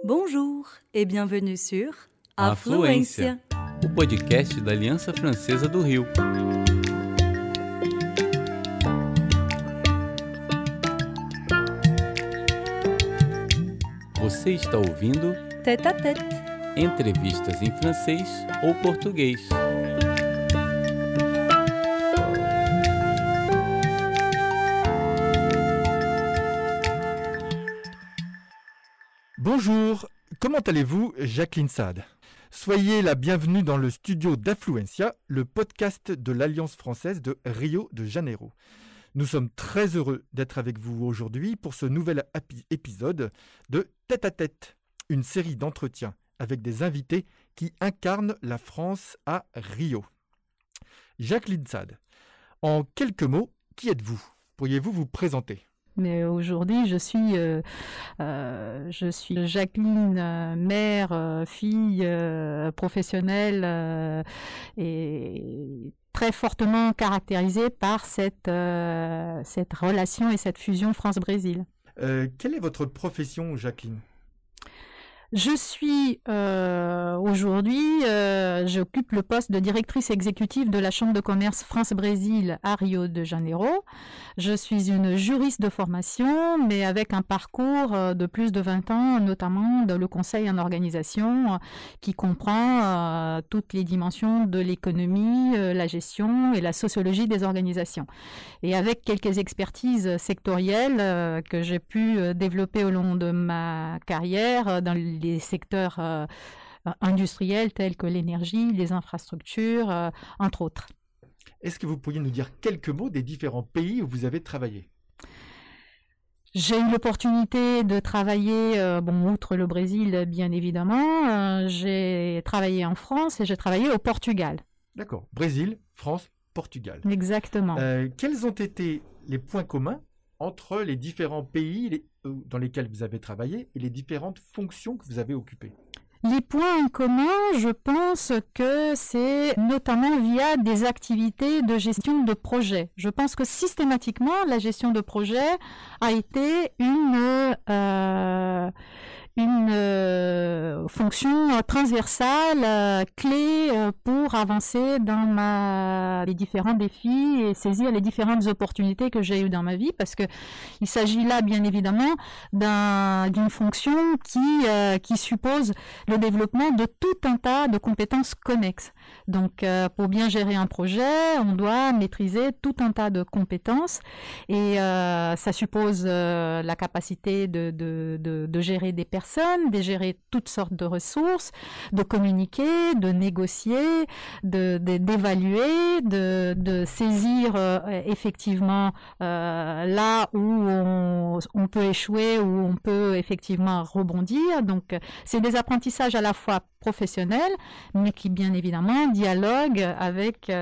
Bonjour et bienvenue sur Afluência, o podcast da Aliança Francesa do Rio. Você está ouvindo Tête à Tête. entrevistas em francês ou português. Bonjour, comment allez-vous, Jacqueline Sade? Soyez la bienvenue dans le studio d'Afluência, le podcast de l'Alliance française de Rio de Janeiro. Nous sommes très heureux d'être avec vous aujourd'hui pour ce nouvel épisode de Tête à Tête, une série d'entretiens avec des invités qui incarnent la France à Rio. Jacqueline Sade, en quelques mots, qui êtes-vous? Pourriez-vous vous présenter? Mais aujourd'hui, je suis Jacqueline, mère, fille, professionnelle et très fortement caractérisée par cette relation et cette fusion France-Brésil. Quelle est votre profession, Jacqueline? Je suis aujourd'hui, j'occupe le poste de directrice exécutive de la Chambre de commerce France-Brésil à Rio de Janeiro. Je suis une juriste de formation, mais avec un parcours de plus de 20 ans, notamment dans le conseil en organisation, qui comprend toutes les dimensions de l'économie, la gestion et la sociologie des organisations. Et avec quelques expertises sectorielles que j'ai pu développer au long de ma carrière dans les secteurs industriels tels que l'énergie, les infrastructures, entre autres. Est-ce que vous pourriez nous dire quelques mots des différents pays où vous avez travaillé? J'ai eu l'opportunité de travailler, outre le Brésil bien évidemment, j'ai travaillé en France et j'ai travaillé au Portugal. D'accord, Brésil, France, Portugal. Exactement. Quels ont été les points communs entre les différents pays dans lesquels vous avez travaillé et les différentes fonctions que vous avez occupées? Les points en commun, je pense que c'est notamment via des activités de gestion de projet. Je pense que systématiquement, la gestion de projet a été une fonction transversale, clé pour avancer dans les différents défis et saisir les différentes opportunités que j'ai eues dans ma vie, parce que il s'agit là bien évidemment d'une fonction qui suppose le développement de tout un tas de compétences connexes. Donc pour bien gérer un projet, on doit maîtriser tout un tas de compétences et ça suppose la capacité de gérer des personnes, de gérer toutes sortes de ressources, de communiquer, de négocier, d'évaluer, de saisir effectivement là où on peut échouer, où on peut effectivement rebondir. Donc c'est des apprentissages à la fois professionnels, mais qui bien évidemment dialoguent avec tout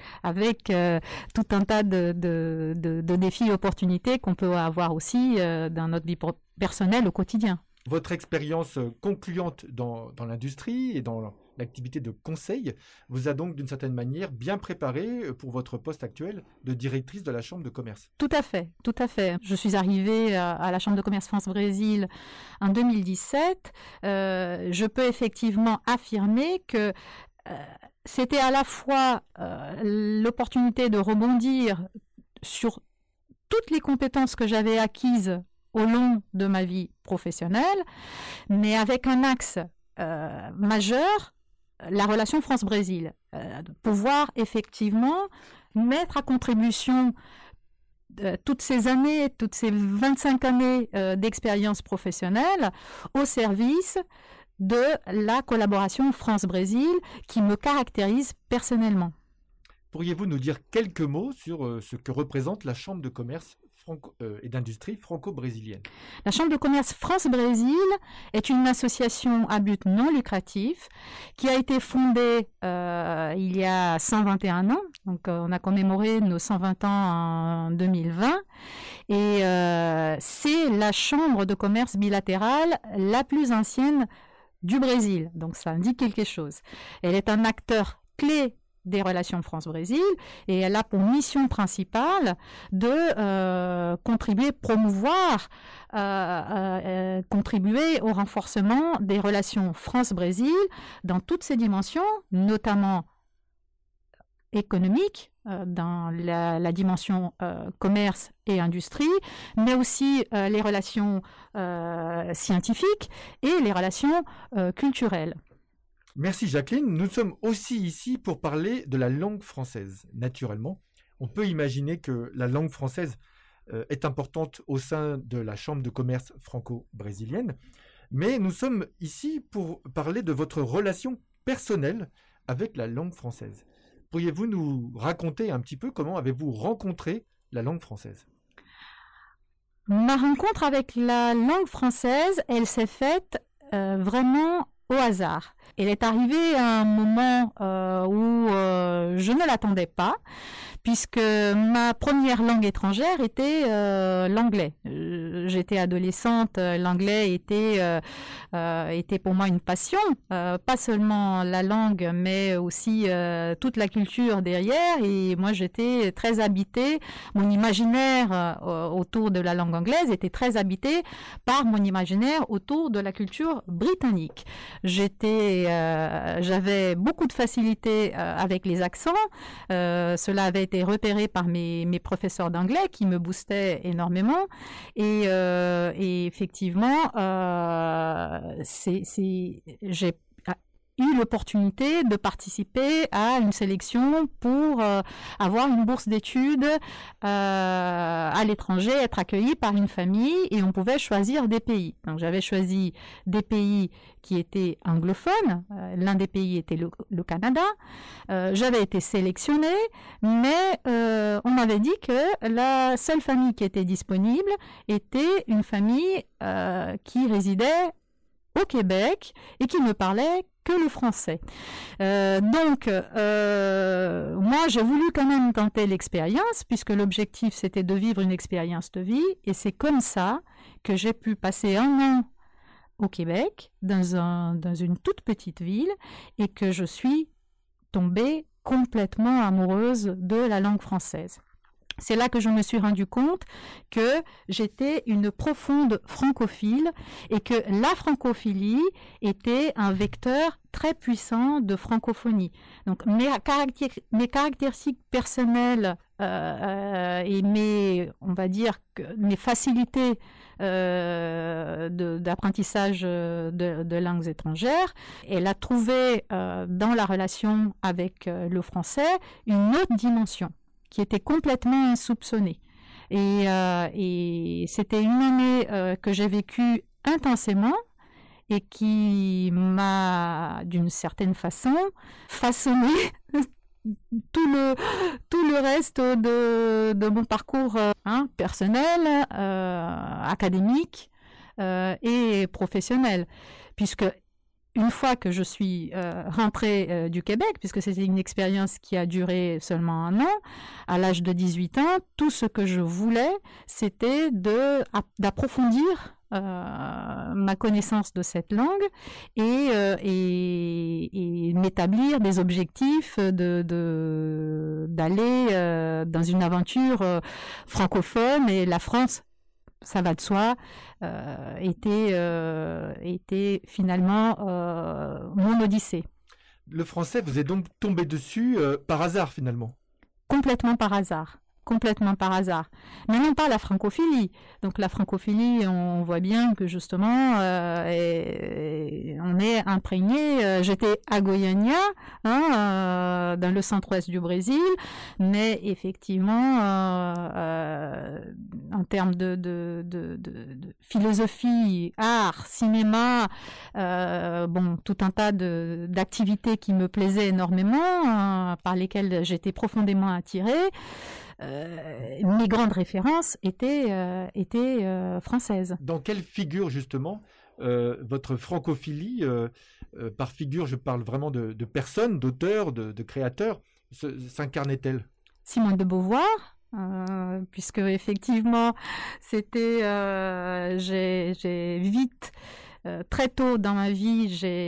un tas de défis et opportunités qu'on peut avoir aussi dans notre vie personnelle au quotidien. Votre expérience concluante dans l'industrie et dans l'activité de conseil vous a donc d'une certaine manière bien préparé pour votre poste actuel de directrice de la Chambre de commerce. Tout à fait, tout à fait. Je suis arrivée à la Chambre de commerce France-Brésil en 2017. Je peux effectivement affirmer que c'était à la fois l'opportunité de rebondir sur toutes les compétences que j'avais acquises au long de ma vie professionnelle, mais avec un axe majeur, la relation France-Brésil. Pouvoir effectivement mettre à contribution toutes ces 25 années d'expérience professionnelle au service de la collaboration France-Brésil qui me caractérise personnellement. Pourriez-vous nous dire quelques mots sur ce que représente la Chambre de commerce et d'industrie franco-brésilienne? La Chambre de commerce France-Brésil est une association à but non lucratif qui a été fondée il y a 121 ans. Donc on a commémoré nos 120 ans en 2020 et c'est la chambre de commerce bilatérale la plus ancienne du Brésil. Donc ça indique quelque chose. Elle est un acteur clé des relations France-Brésil et elle a pour mission principale de contribuer, promouvoir, contribuer au renforcement des relations France-Brésil dans toutes ses dimensions, notamment économiques, dans la dimension commerce et industrie, mais aussi les relations scientifiques et les relations culturelles. Merci Jacqueline. Nous sommes aussi ici pour parler de la langue française. Naturellement, on peut imaginer que la langue française est importante au sein de la Chambre de commerce franco-brésilienne, mais nous sommes ici pour parler de votre relation personnelle avec la langue française. Pourriez-vous nous raconter un petit peu comment avez-vous rencontré la langue française ? Ma rencontre avec la langue française, elle s'est faite vraiment au hasard. Elle est arrivée à un moment où je ne l'attendais pas, puisque ma première langue étrangère était l'anglais. J'étais adolescente, l'anglais était pour moi une passion, pas seulement la langue, mais aussi toute la culture derrière. Et moi, j'étais très habitée, mon imaginaire autour de la langue anglaise était très habité par mon imaginaire autour de la culture britannique. J'avais beaucoup de facilité avec les accents. Cela avait été repéré par mes professeurs d'anglais qui me boostaient énormément. Et effectivement, j'ai eu l'opportunité de participer à une sélection pour avoir une bourse d'études à l'étranger, être accueilli par une famille et on pouvait choisir des pays. Donc j'avais choisi des pays qui étaient anglophones, l'un des pays était le Canada. J'avais été sélectionnée, mais on m'avait dit que la seule famille qui était disponible était une famille qui résidait au Québec et qui ne parlait que le français. Donc, moi, j'ai voulu quand même tenter l'expérience, puisque l'objectif, c'était de vivre une expérience de vie, et c'est comme ça que j'ai pu passer 1 an au Québec, dans une toute petite ville, et que je suis tombée complètement amoureuse de la langue française. C'est là que je me suis rendu compte que j'étais une profonde francophile et que la francophilie était un vecteur très puissant de francophonie. Donc mes caractéristiques personnelles et mes facilités d'apprentissage de langues étrangères, elle a trouvé dans la relation avec le français une autre dimension qui était complètement insoupçonnée. Et c'était une année que j'ai vécue intensément et qui m'a, d'une certaine façon, façonné tout le reste de mon parcours personnel, académique et professionnel. Puisque une fois que je suis rentrée du Québec, puisque c'était une expérience qui a duré seulement 1 an, à l'âge de 18 ans, tout ce que je voulais, c'était d'approfondir ma connaissance de cette langue et m'établir des objectifs d'aller dans une aventure francophone, et la France, ça va de soi, était finalement mon odyssée. Le français vous est donc tombé dessus par hasard finalement ? Complètement par hasard. Complètement par hasard. Mais non pas la francophilie. Donc la francophilie, on voit bien que justement, on est imprégné. J'étais à Goiânia, dans le centre-ouest du Brésil, mais effectivement, en termes de philosophie, art, cinéma, tout un tas d'activités qui me plaisaient énormément, par lesquelles j'étais profondément attirée. Mes grandes références étaient françaises. Dans quelle figure justement votre francophilie, par figure je parle vraiment de personnes, d'auteurs, de créateurs, s'incarnait-elle ? Simone de Beauvoir, puisque effectivement c'était j'ai vite très tôt dans ma vie,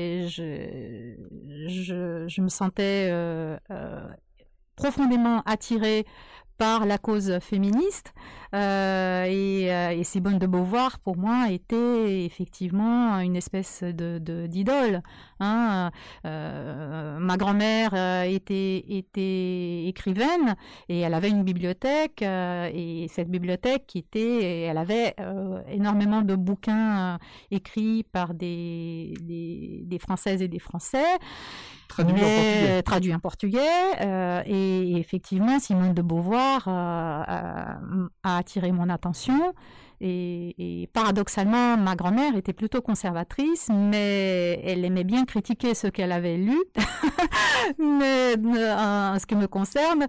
je me sentais profondément attirée par la cause féministe et Simone de Beauvoir pour moi était effectivement une espèce d'idole. Ma grand-mère était écrivaine et elle avait une bibliothèque et cette bibliothèque elle avait énormément de bouquins écrits par des Françaises et des Français. Traduit en portugais. Et effectivement, Simone de Beauvoir a attiré mon attention. Et paradoxalement, ma grand-mère était plutôt conservatrice, mais elle aimait bien critiquer ce qu'elle avait lu. Mais en ce qui me concerne,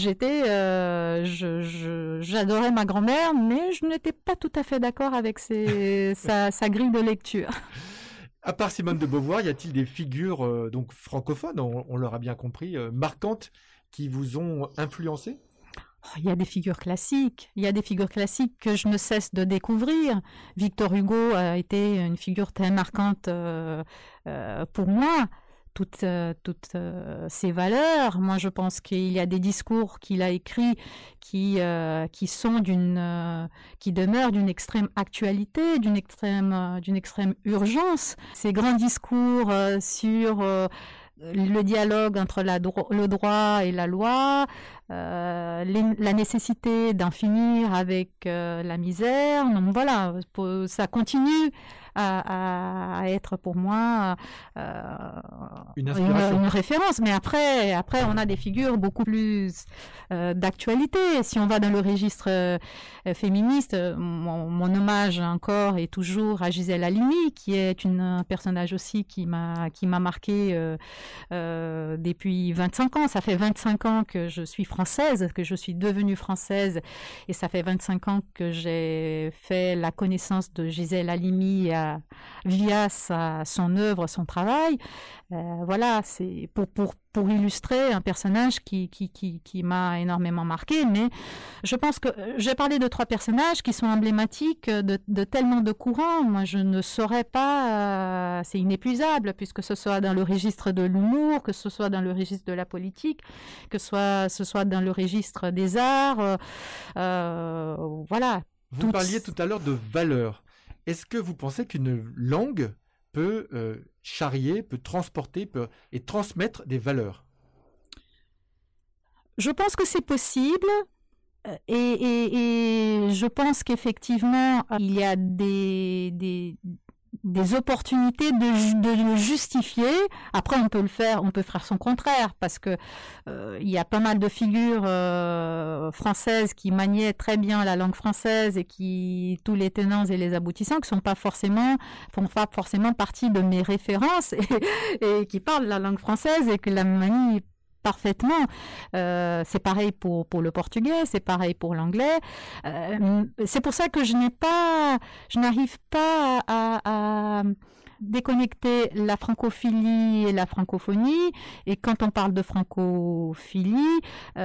j'adorais ma grand-mère, mais je n'étais pas tout à fait d'accord avec sa grille de lecture. À part Simone de Beauvoir, y a-t-il des figures donc francophones, on l'aura bien compris, marquantes, qui vous ont influencé ? Il y a des figures classiques. Il y a des figures classiques que je ne cesse de découvrir. Victor Hugo a été une figure très marquante pour moi. Toutes ces valeurs. Moi, je pense qu'il y a des discours qu'il a écrits qui demeurent d'une extrême actualité, d'une extrême urgence. Ces grands discours sur le dialogue entre le droit et la loi, la nécessité d'en finir avec la misère. Donc voilà, ça continue à être pour moi une référence. Mais après, on a des figures beaucoup plus d'actualité. Si on va dans le registre féministe, mon hommage encore est toujours à Gisèle Halimi, qui est un personnage aussi qui m'a marqué depuis 25 ans. Ça fait 25 ans que je suis française, que je suis devenue française, et ça fait 25 ans que j'ai fait la connaissance de Gisèle Halimi via son œuvre, son travail. Voilà, c'est pour illustrer un personnage qui m'a énormément marqué. Mais je pense que j'ai parlé de 3 personnages qui sont emblématiques de tellement de courants. Moi, je ne saurais pas, c'est inépuisable, puisque ce soit dans le registre de l'humour, que ce soit dans le registre de la politique, que ce soit dans le registre des arts. Voilà. Vous parliez tout à l'heure de valeurs. Est-ce que vous pensez qu'une langue peut charrier, peut transporter et transmettre des valeurs ? Je pense que c'est possible et je pense qu'effectivement, il y a des opportunités de le justifier. Après, on peut faire son contraire, parce que il y a pas mal de figures françaises qui maniaient très bien la langue française et qui, tous les tenants et les aboutissants, qui font pas forcément partie de mes références et qui parlent la langue française et que la manient parfaitement. C'est pareil pour le portugais, c'est pareil pour l'anglais. C'est pour ça que je n'arrive pas à déconnecter la francophilie et la francophonie. Et quand on parle de francophilie,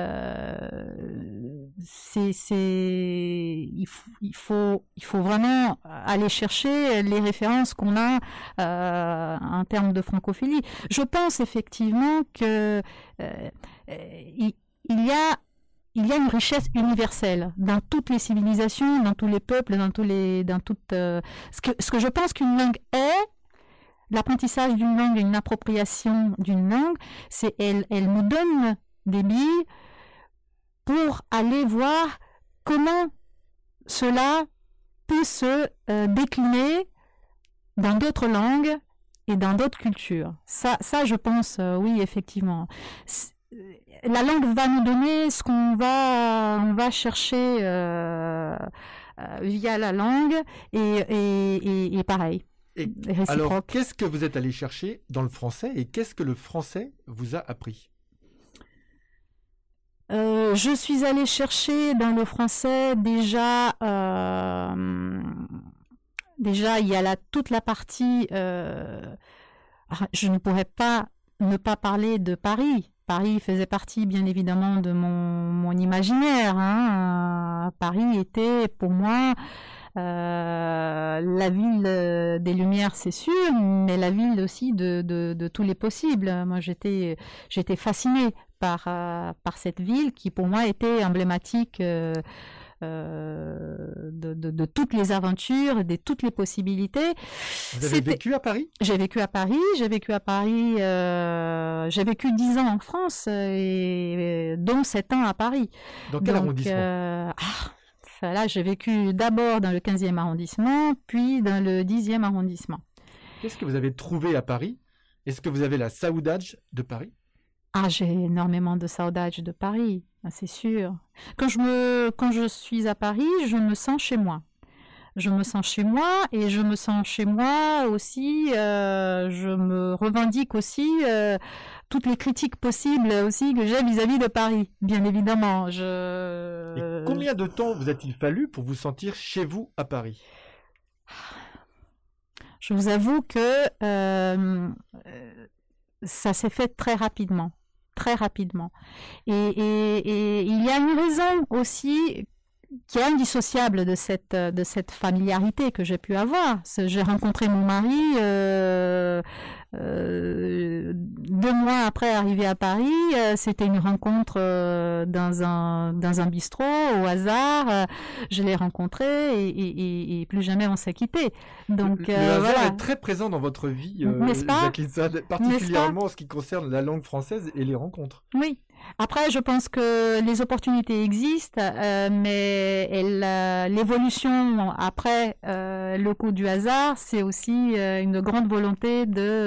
il faut vraiment aller chercher les références qu'on a en termes de francophilie. Je pense effectivement que il y a une richesse universelle dans toutes les civilisations, dans tous les peuples, ce que je pense qu'une langue est. L'apprentissage d'une langue et une appropriation d'une langue, elle nous donne des billes pour aller voir comment cela peut se décliner dans d'autres langues et dans d'autres cultures. Ça, je pense, oui, effectivement. La langue va nous donner ce qu'on va chercher via la langue et pareil. Alors, qu'est-ce que vous êtes allé chercher dans le français et qu'est-ce que le français vous a appris ? Je suis allée chercher dans le français déjà il y a toute la partie. Je ne pourrais pas ne pas parler de Paris. Paris faisait partie, bien évidemment, de mon imaginaire. Paris était, pour moi, la ville des Lumières, c'est sûr, mais la ville aussi de tous les possibles. Moi, j'étais fascinée par cette ville qui, pour moi, était emblématique de toutes les aventures, de toutes les possibilités. Vous avez vécu à Paris ? J'ai vécu à Paris. J'ai vécu 10 ans en France, dont 7 ans à Paris. Dans quel arrondissement ? Là, j'ai vécu d'abord dans le 15e arrondissement, puis dans le 10e arrondissement. Qu'est-ce que vous avez trouvé à Paris ? Est-ce que vous avez la saudade de Paris ? J'ai énormément de saudade de Paris, c'est sûr. Quand je suis à Paris, je me sens chez moi. Je me sens chez moi et je me sens chez moi aussi, je me revendique aussi toutes les critiques possibles aussi que j'ai vis-à-vis de Paris, bien évidemment. Et combien de temps vous a-t-il fallu pour vous sentir chez vous à Paris ? Je vous avoue que ça s'est fait très rapidement. Et il y a une raison aussi qui est indissociable de cette familiarité que j'ai pu avoir. J'ai rencontré mon mari 2 mois après arriver à Paris. C'était une rencontre dans un bistrot au hasard. Je l'ai rencontré et plus jamais on s'est quitté. Donc le hasard voilà. est très présent dans votre vie, N'est-ce pas ? Jacqueline Sade, particulièrement en ce qui concerne la langue française et les rencontres. Oui. Après, je pense que les opportunités existent, mais l'évolution après le coup du hasard, c'est aussi une grande volonté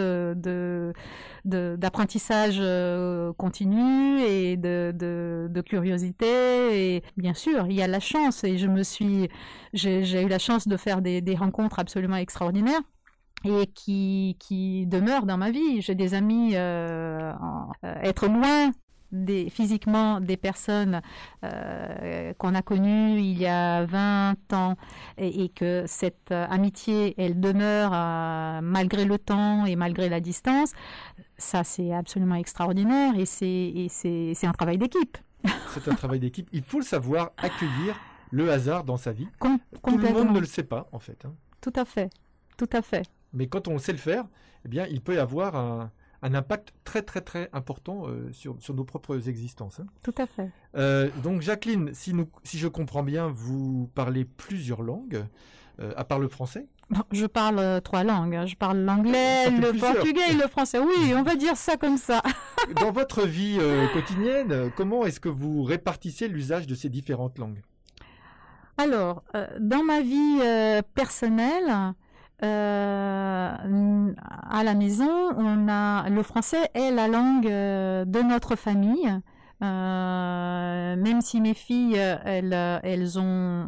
d'apprentissage continu et de curiosité. Et bien sûr, il y a la chance et j'ai eu la chance de faire des rencontres absolument extraordinaires et qui demeurent dans ma vie. J'ai des amis, être loin physiquement des personnes qu'on a connues il y a 20 ans et que cette amitié, elle demeure malgré le temps et malgré la distance, ça c'est absolument extraordinaire et c'est un travail d'équipe. C'est un travail d'équipe. Il faut le savoir, accueillir le hasard dans sa vie. Tout Complètement. le monde ne le sait pas en fait. Tout à fait. Mais quand on sait le faire, eh bien, il peut y avoir un impact très très très important sur nos propres existences. Tout à fait. Donc Jacqueline, si je comprends bien, vous parlez plusieurs langues, à part le français ? Je parle 3 langues. Je parle l'anglais, le portugais et le français. Oui, on va dire ça comme ça. Dans votre vie quotidienne, comment est-ce que vous répartissez l'usage de ces différentes langues ? Alors, dans ma vie personnelle, à la maison, le français est la langue de notre famille. Même si mes filles, elles ont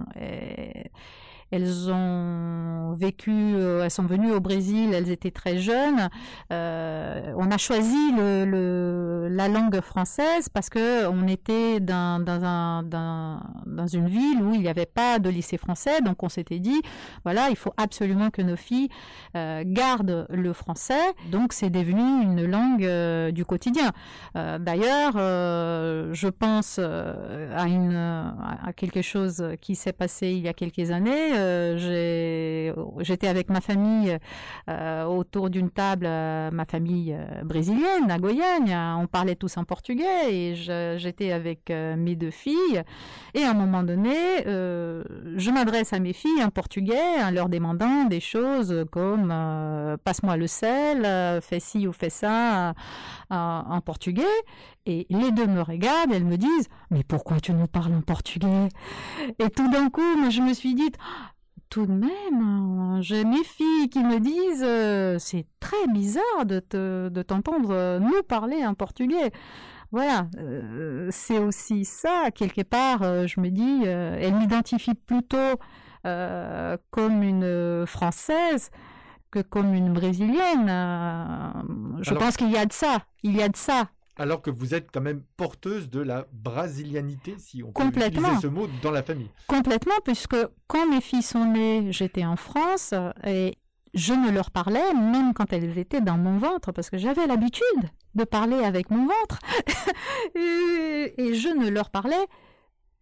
sont venues au Brésil, elles étaient très jeunes. On a choisi la langue française parce que on était dans une ville où il n'y avait pas de lycée français, donc on s'était dit, voilà, il faut absolument que nos filles gardent le français. Donc c'est devenu une langue du quotidien. D'ailleurs, je pense à quelque chose qui s'est passé il y a quelques années. J'étais avec ma famille autour d'une table, ma famille brésilienne, à Goiânia. On parlait tous en portugais et j'étais avec mes 2 filles. Et à un moment donné, je m'adresse à mes filles en portugais en leur demandant des choses comme passe-moi le sel, fais ci ou fais ça en portugais. Et les 2 me regardent, elles me disent « Mais pourquoi tu nous parles en portugais ?» Et tout d'un coup, je me suis dit « Tout de même, j'ai mes filles qui me disent « C'est très bizarre de t'entendre nous parler en portugais. » Voilà, c'est aussi ça, quelque part, je me dis, elle m'identifie plutôt comme une Française que comme une Brésilienne. Je pense qu'il y a de ça, Alors que vous êtes quand même porteuse de la brasilianité, si on peut utiliser ce mot, dans la famille. Complètement, puisque quand mes filles sont nées, j'étais en France et je ne leur parlais, même quand elles étaient dans mon ventre, parce que j'avais l'habitude de parler avec mon ventre. et je ne leur parlais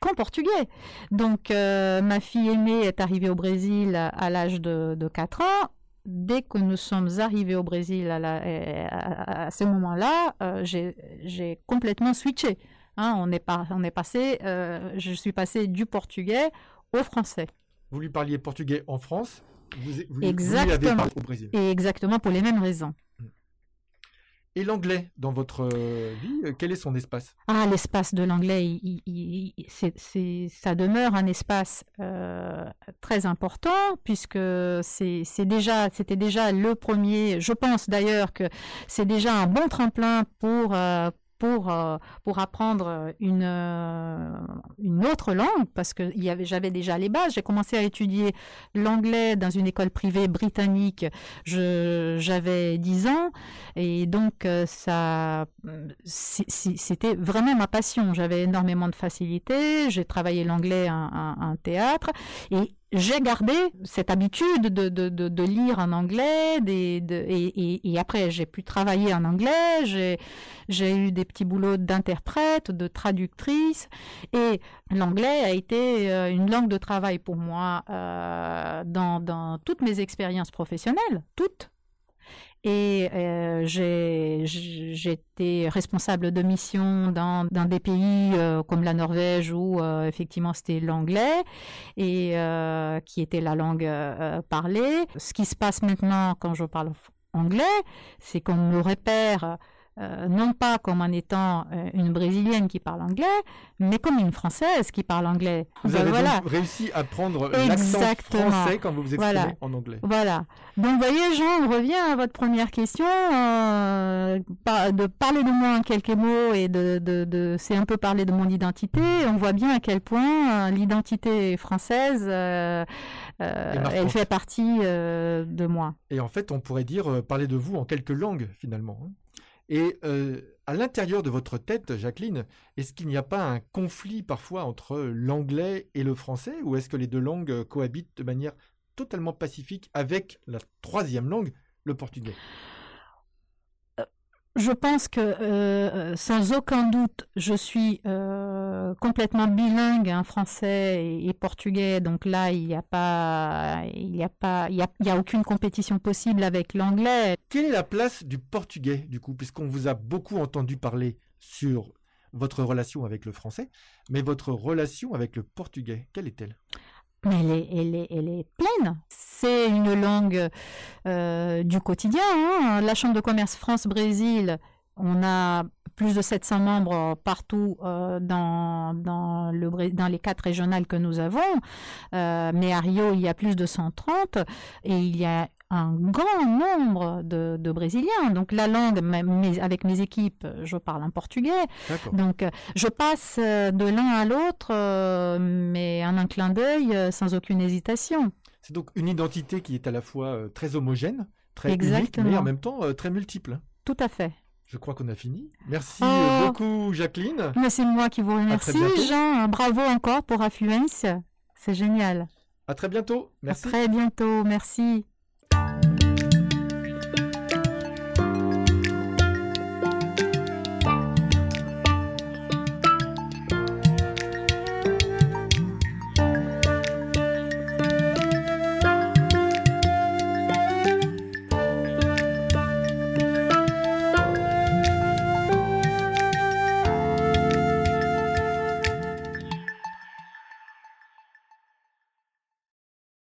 qu'en portugais. Donc, ma fille aînée est arrivée au Brésil à l'âge de 4 ans. Dès que nous sommes arrivés au Brésil à ce moment-là, j'ai complètement switché. On est passé, je suis passée du portugais au français. Vous lui parliez portugais en France, vous lui Exactement. avez parlé au Brésil. Et exactement pour les mêmes raisons. Et l'anglais, dans votre vie, quel est son espace ? L'espace de l'anglais, ça demeure un espace très important, puisque c'était déjà le premier. Je pense d'ailleurs que c'est déjà un bon tremplin pour apprendre une autre langue, parce que j'avais déjà les bases. J'ai commencé à étudier l'anglais dans une école privée britannique. J'avais 10 ans, et donc c'était vraiment ma passion. J'avais énormément de facilité. J'ai travaillé l'anglais en théâtre, et j'ai gardé cette habitude de lire en anglais, et après j'ai pu travailler en anglais, j'ai eu des petits boulots d'interprète, de traductrice, et l'anglais a été une langue de travail pour moi dans toutes mes expériences professionnelles, toutes. Et j'étais responsable de mission dans des pays comme la Norvège où effectivement c'était l'anglais et qui était la langue parlée. Ce qui se passe maintenant quand je parle anglais, c'est qu'on me repère non pas comme en étant une Brésilienne qui parle anglais, mais comme une Française qui parle anglais. Vous avez donc réussi à prendre l'accent français quand vous vous exprimez en anglais. Voilà. Donc, vous voyez, Jean, on revient à votre première question, de parler de moi en quelques mots et c'est un peu parler de mon identité. On voit bien à quel point l'identité française, elle fait partie de moi. Et en fait, on pourrait dire parler de vous en quelques langues, finalement. Et à l'intérieur de votre tête, Jacqueline, est-ce qu'il n'y a pas un conflit parfois entre l'anglais et le français, ou est-ce que les deux langues cohabitent de manière totalement pacifique avec la troisième langue, le portugais ? Je pense que sans aucun doute, je suis complètement bilingue en français et portugais. Donc là, il y a aucune compétition possible avec l'anglais. Quelle est la place du portugais, du coup, puisqu'on vous a beaucoup entendu parler sur votre relation avec le français, mais votre relation avec le portugais, quelle est-elle ? Mais elle est pleine. C'est une langue du quotidien. La Chambre de commerce France-Brésil, on a plus de 700 membres partout dans les 4 régionales que nous avons. Mais à Rio, il y a plus de 130 et il y a un grand nombre de Brésiliens. Donc la langue, avec mes équipes, je parle en portugais. D'accord. Donc je passe de l'un à l'autre, mais en un clin d'œil, sans aucune hésitation. C'est donc une identité qui est à la fois très homogène, très Exactement. unique, mais en même temps très multiple. Tout à fait. Je crois qu'on a fini. Merci beaucoup, Jacqueline. Mais c'est moi qui vous remercie, Jean. Bravo encore pour Affluence. C'est génial. À très bientôt. Merci. À très bientôt. Merci.